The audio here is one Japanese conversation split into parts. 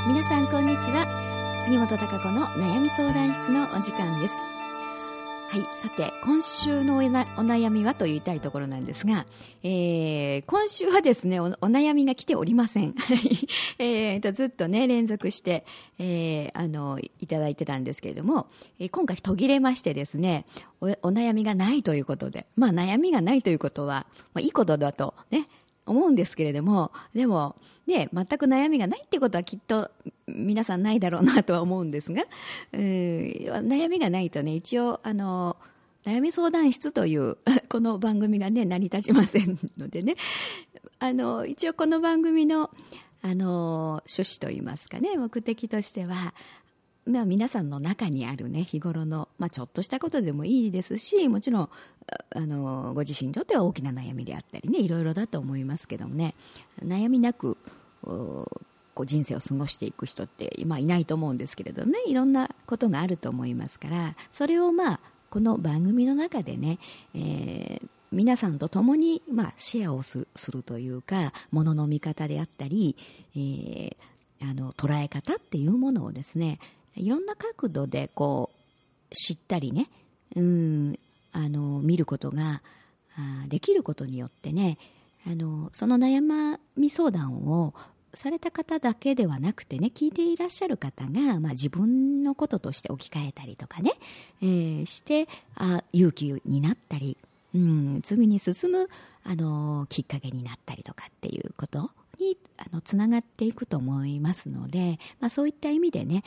皆さんこんにちは。杉本孝子の悩み相談室のお時間です。はい、さて今週のお悩みはと言いたいところなんですが、今週はですね お悩みが来ておりませんずっとね連続して、いただいてたんですけれども、今回途切れましてですね お悩みがないということで、悩みがないということは、いいことだとね思うんですけれども、でもね全く悩みがないってことはきっと皆さんないだろうなとは思うんですが、悩みがないとね一応悩み相談室というこの番組がね成り立ちませんのでね、一応この番組の趣旨といいますかね、目的としては、皆さんの中にあるね日頃の、ちょっとしたことでもいいですし、もちろんご自身にとっては大きな悩みであったりね、いろいろだと思いますけどもね、悩みなくこう人生を過ごしていく人っていないと思うんですけれどもね、いろんなことがあると思いますから、それをこの番組の中でね、皆さんと共にシェアをするというか、ものの見方であったり、捉え方っていうものをですね、いろんな角度でこう知ったりね、見ることができることによってね、その悩み相談をされた方だけではなくてね、聞いていらっしゃる方が、自分のこととして置き換えたりとかね、して勇気になったり、次に進むきっかけになったりとかっていうことにつながっていくと思いますので、そういった意味でね、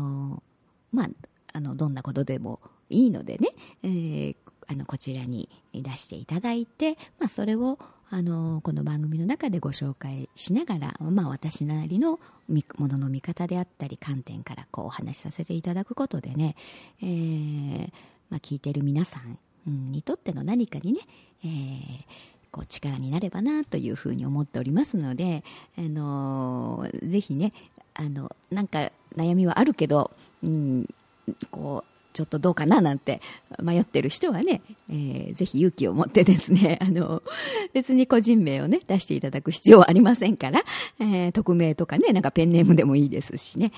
どんなことでもいいのでね、こちらに出していただいて、それをこの番組の中でご紹介しながら、私なりのものの見方であったり観点からこうお話しさせていただくことでね、聞いている皆さんにとっての何かにね、こう力になればなというふうに思っておりますので、ぜひねなんか悩みはあるけど、こうちょっとどうかななんて迷ってる人はね、ぜひ勇気を持ってですね、別に個人名をね出していただく必要はありませんから、匿名とかね、なんかペンネームでもいいですしね、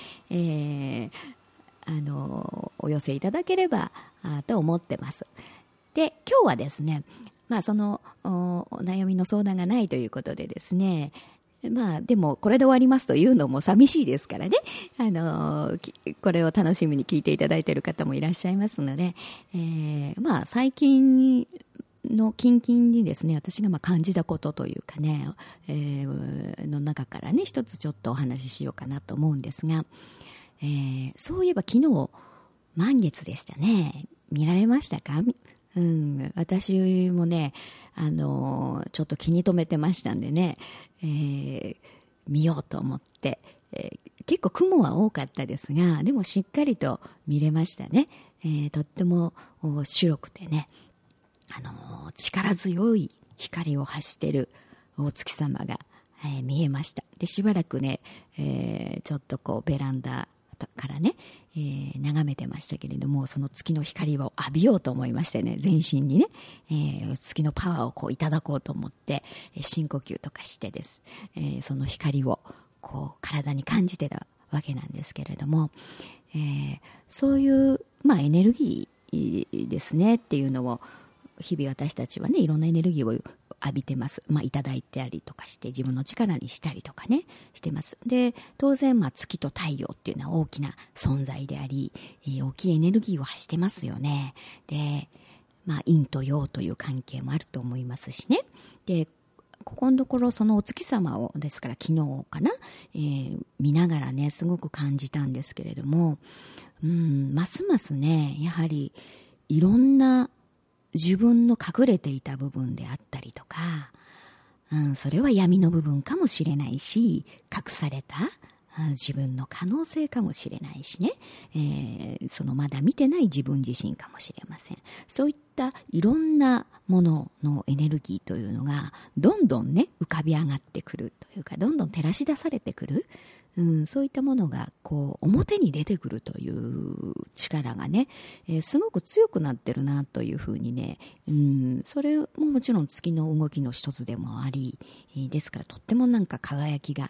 お寄せいただければと思ってます。で、今日はですね、そのお悩みの相談がないということでですね、でもこれで終わりますというのも寂しいですからね、これを楽しみに聞いていただいている方もいらっしゃいますので、最近の近々にですね、私が感じたことというかね、の中からね一つちょっとお話ししようかなと思うんですが、そういえば昨日満月でしたね。見られましたか？私もねちょっと気に留めてましたんでね、見ようと思って、結構雲は多かったですが、でもしっかりと見れましたね。とっても白くてね、力強い光を発しているお月様が、見えました。でしばらくね、ちょっとこうベランダからね、眺めてましたけれども、その月の光を浴びようと思いましてね、全身にね、月のパワーをこういただこうと思って、深呼吸とかしてです、その光をこう体に感じてたわけなんですけれども、そういう、エネルギーですねっていうのを日々私たちはね、いろんなエネルギーを浴びてます。いただいたりとかして自分の力にしたりとかねしてます。で、当然月と太陽っていうのは大きな存在であり、大きいエネルギーを発してますよね。で、陰と陽という関係もあると思いますしね。で、ここのところそのお月様をですから昨日かな、見ながらねすごく感じたんですけれども、ますますねやはりいろんな自分の隠れていた部分であったりとか、それは闇の部分かもしれないし、隠された自分の可能性かもしれないしね、そのまだ見てない自分自身かもしれません。そういったいろんなもののエネルギーというのがどんどんね浮かび上がってくるというか、どんどん照らし出されてくる、そういったものがこう表に出てくるという力がね、すごく強くなってるなというふうにね、それももちろん月の動きの一つでもあり、ですからとってもなんか輝きが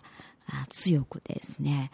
強くですね、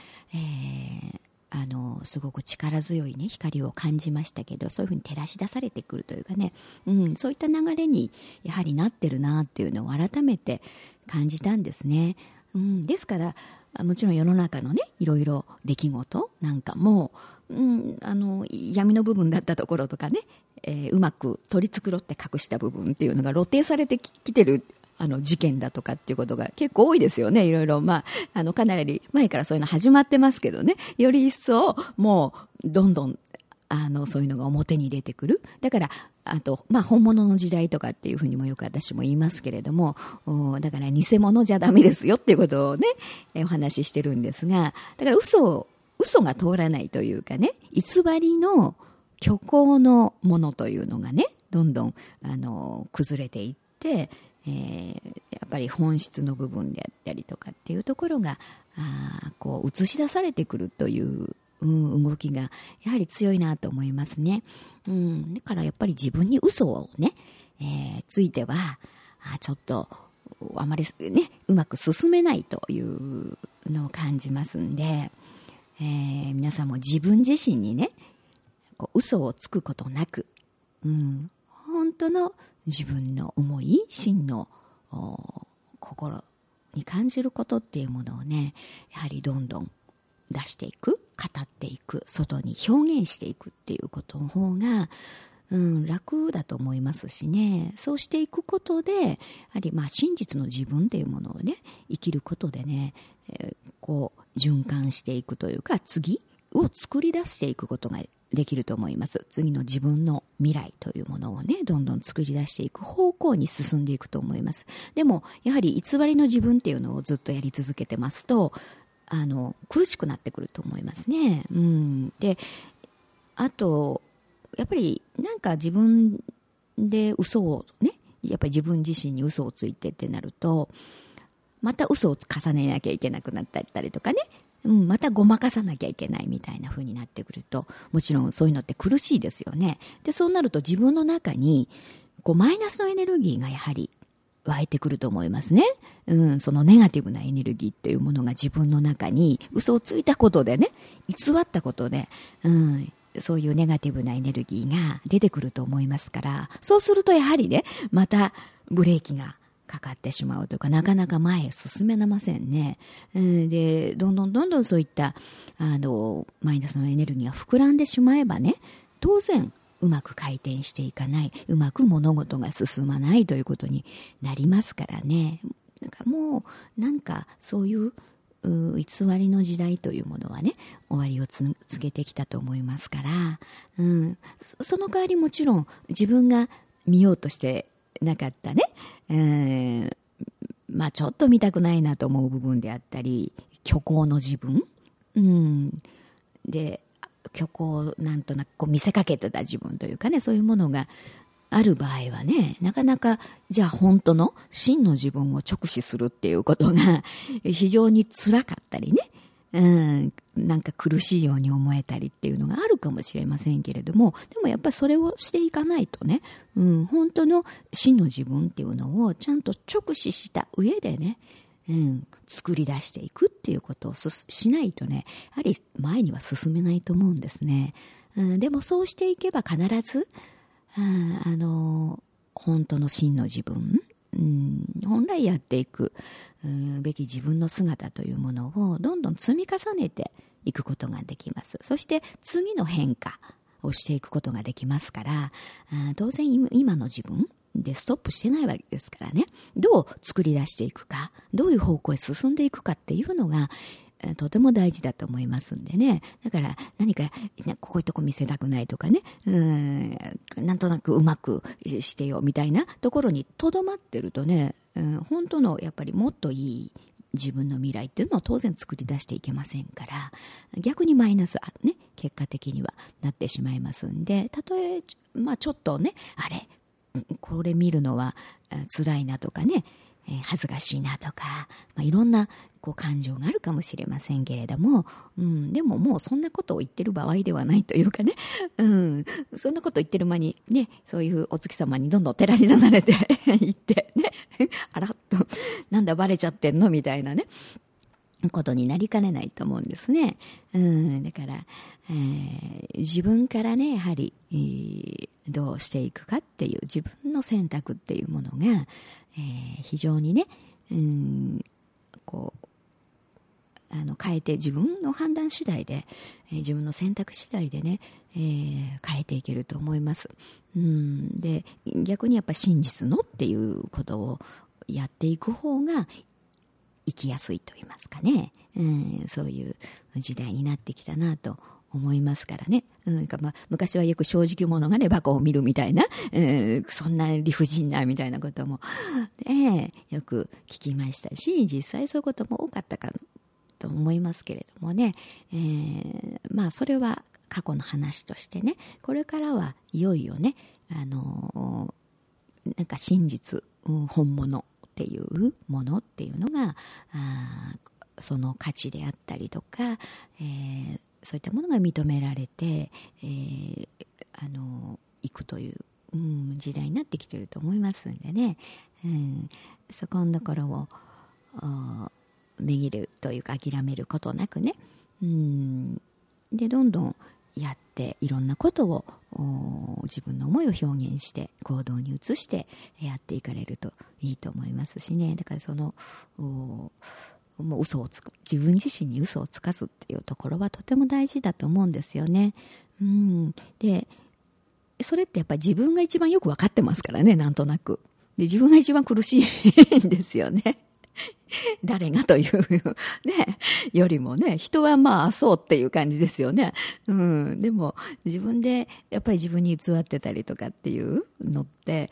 すごく力強いね光を感じましたけど、そういうふうに照らし出されてくるというかね、そういった流れにやはりなってるなっていうのを改めて感じたんですね。ですからもちろん世の中のねいろいろ出来事なんかも、闇の部分だったところとかね、うまく取り繕って隠した部分っていうのが露呈されてきてる事件だとかっていうことが結構多いですよね。いろいろ、かなり前からそういうの始まってますけどね、より一層もうどんどんそういうのが表に出てくる。だから本物の時代とかっていうふうにもよく私も言いますけれども、だから偽物じゃダメですよっていうことをねお話ししてるんですが、だから嘘が通らないというかね、偽りの虚構のものというのがねどんどん崩れていって、やっぱり本質の部分であったりとかっていうところがこう映し出されてくるという動きがやはり強いなと思いますね。だからやっぱり自分に嘘をね、ついてはちょっとあまりねうまく進めないというのを感じますんで、皆さんも自分自身にねこう嘘をつくことなく、本当の自分の思い真の心に感じることっていうものをねやはりどんどん出していく、語っていく、外に表現していくっていうことの方が、楽だと思いますしね。そうしていくことでやはり真実の自分っていうものをね生きることでね、こう循環していくというか次を作り出していくことができると思います。次の自分の未来というものをねどんどん作り出していく方向に進んでいくと思います。でもやはり偽りの自分っていうのをずっとやり続けてますと苦しくなってくると思いますね。であとやっぱりなんか自分で嘘をねやっぱり自分自身に嘘をついてってなるとまた嘘を重ねなきゃいけなくなったりとかね、またごまかさなきゃいけないみたいな風になってくるともちろんそういうのって苦しいですよね。でそうなると自分の中にこうマイナスのエネルギーがやはり湧いてくると思いますね。そのネガティブなエネルギーっていうものが自分の中に嘘をついたことでね偽ったことで、そういうネガティブなエネルギーが出てくると思いますから、そうするとやはりねまたブレーキがかかってしまうというかなかなか前へ進めませんね。でどんどんそういったマイナスのエネルギーが膨らんでしまえばね当然うまく回転していかない、うまく物事が進まないということになりますからね。もうそういう偽りの時代というものはね終わりを告げてきたと思いますから、その代わりもちろん自分が見ようとしてなかったね、ちょっと見たくないなと思う部分であったり虚構の自分、で虚構なんとなくこう見せかけてた自分というかねそういうものがある場合はねなかなかじゃあ本当の真の自分を直視するっていうことが非常に辛かったりね、なんか苦しいように思えたりっていうのがあるかもしれませんけれども、でもやっぱりそれをしていかないとね、本当の真の自分っていうのをちゃんと直視した上でね、作り出していくっていうことをしないとねやはり前には進めないと思うんですね。でもそうしていけば必ず本当の真の自分、本来やっていくべき自分の姿というものをどんどん積み重ねていくことができます。そして次の変化をしていくことができますから、当然今の自分でストップしてないわけですからね、どう作り出していくか、どういう方向へ進んでいくかっていうのがとても大事だと思いますんでね。だから何かこういうとこ見せたくないとかね、なんとなくうまくしてよみたいなところにとどまってるとね、本当のやっぱりもっといい自分の未来っていうのを当然作り出していけませんから、逆にマイナスね結果的にはなってしまいますんで、たとえちょっとねこれ見るのは辛いなとかね、恥ずかしいなとか、いろんな感情があるかもしれませんけれども、でももうそんなことを言ってる場合ではないというかね、そんなこと言ってる間にねそういうお月様にどんどん照らし出されていってねあらっとなんだバレちゃってんのみたいなねことになりかねないと思うんですね。だから、自分からね、やはり、どうしていくかっていう自分の選択っていうものが、非常にね、こう変えて、自分の判断次第で、自分の選択次第でね、変えていけると思います。で、逆にやっぱ真実のっていうことをやっていく方が生きやすいと言いますかね、そういう時代になってきたなと思いますからね。昔はよく正直者がねバカを見るみたいな、そんな理不尽なみたいなことも、よく聞きましたし、実際そういうことも多かったかと思いますけれどもね、それは過去の話としてね、これからはいよいよね、なんか真実、本物っていうものっていうのがその価値であったりとか、そういったものが認められて、いくという、時代になってきていると思いますんでね、そこのところをめぎるというか諦めることなくね、でどんどんやっていろんなことを自分の思いを表現して行動に移してやっていかれるといいと思いますしね。だからそのもう自分自身に嘘をつかずっていうところはとても大事だと思うんですよね。でそれってやっぱり自分が一番よく分かってますからね、なんとなく。で自分が一番苦しいんですよね。誰がというねよりもね、人はそうっていう感じですよね。でも自分でやっぱり自分に偽ってたりとかっていうのって、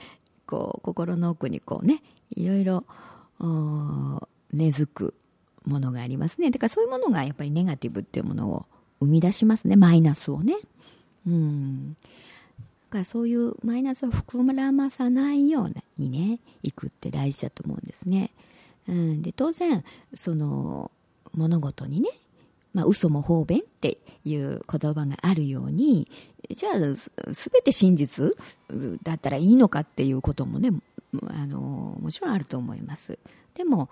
こう心の奥にこうね、いろいろ根付くものがありますね。だからそういうものがやっぱりネガティブっていうものを生み出しますね、マイナスをね。だからそういうマイナスを膨らまさないようにねいくって大事だと思うんですね。で当然その物事にね、嘘も方便っていう言葉があるように、じゃあ全て真実だったらいいのかっていうこともね、もちろんあると思います。でも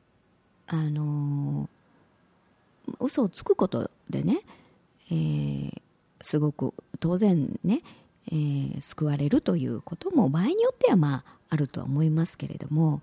嘘をつくことでね、すごく当然ね、救われるということも場合によってはあるとは思いますけれども、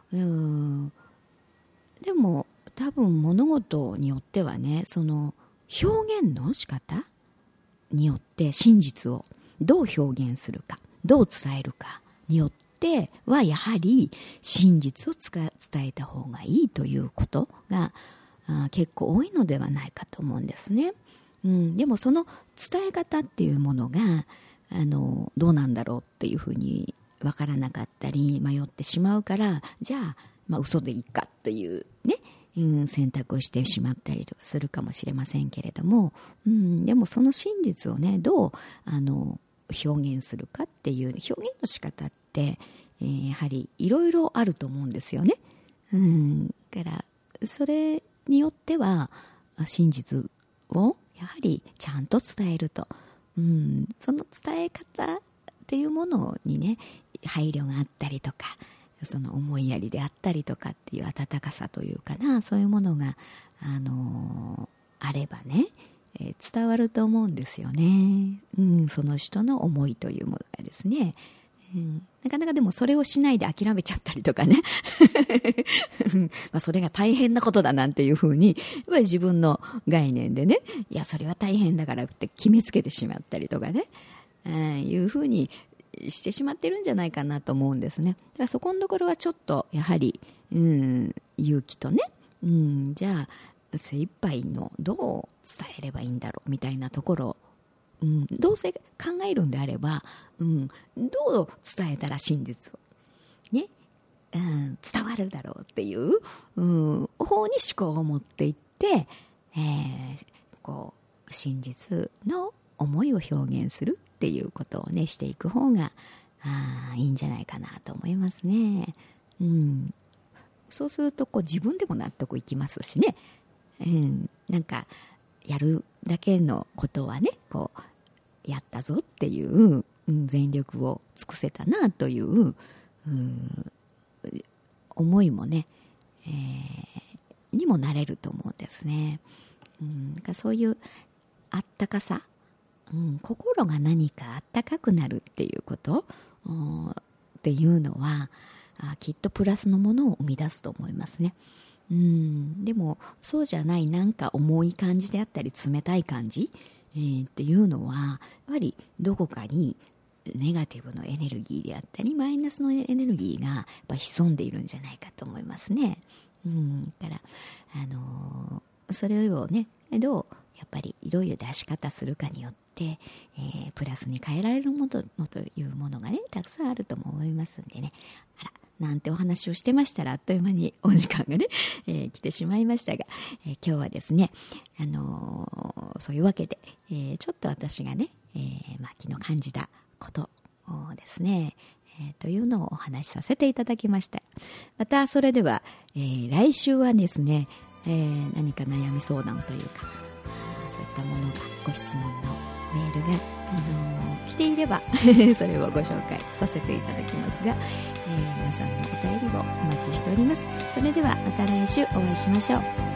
でも多分物事によってはね、その表現の仕方によって真実をどう表現するか、どう伝えるかによってはやはり真実を伝えた方がいいということが結構多いのではないかと思うんですね。でもその伝え方っていうものがどうなんだろうっていうふうに分からなかったり迷ってしまうから、じゃあ、嘘でいいかというね、選択をしてしまったりとかするかもしれませんけれども、でもその真実をねどう表現するかっていう表現の仕方って、やはりいろいろあると思うんですよね。だからそれによっては真実をやはりちゃんと伝えると、その伝え方っていうものにね配慮があったりとか、その思いやりであったりとかっていう温かさというかな、そういうものがあればね、伝わると思うんですよね。その人の思いというものがですね、なかなかでもそれをしないで諦めちゃったりとかねそれが大変なことだなんていうふうに自分の概念でね、いやそれは大変だからって決めつけてしまったりとかね、いうふうにしてしまってるんじゃないかなと思うんですね。だからそこのところはちょっとやはり、勇気とね、じゃあ精一杯のどう伝えればいいんだろうみたいなところを、どうせ考えるんであれば、どう伝えたら真実をね、伝わるだろうっていう、方に思考を持っていって、こう真実の思いを表現するっていうことをねしていく方がいいんじゃないかなと思いますね。そうするとこう自分でも納得いきますしね、なんかやるだけのことはねこうやったぞっていう、全力を尽くせたなという、思いもね、 にもなれると思うんですね。そういうあったかさ、心が何かあったかくなるっていうことっていうのはきっとプラスのものを生み出すと思いますね。でもそうじゃないなんか重い感じであったり冷たい感じ、っていうのはやはりどこかにネガティブのエネルギーであったりマイナスのエネルギーがやっぱ潜んでいるんじゃないかと思いますね。だから、それをねどうやっぱりどういう出し方するかによって、プラスに変えられるものというものがねたくさんあると思いますんでね。なんてお話をしてましたらあっという間にお時間がね、来てしまいましたが、今日はですね、そういうわけで、ちょっと私がね、昨日感じたことをですね、というのをお話しさせていただきました。またそれでは、来週はですね、何か悩み相談というかそういったものがご質問のメールが、来ていればそれをご紹介させていただきますが、皆さんのお便りをお待ちしております。それではまた来週お会いしましょう。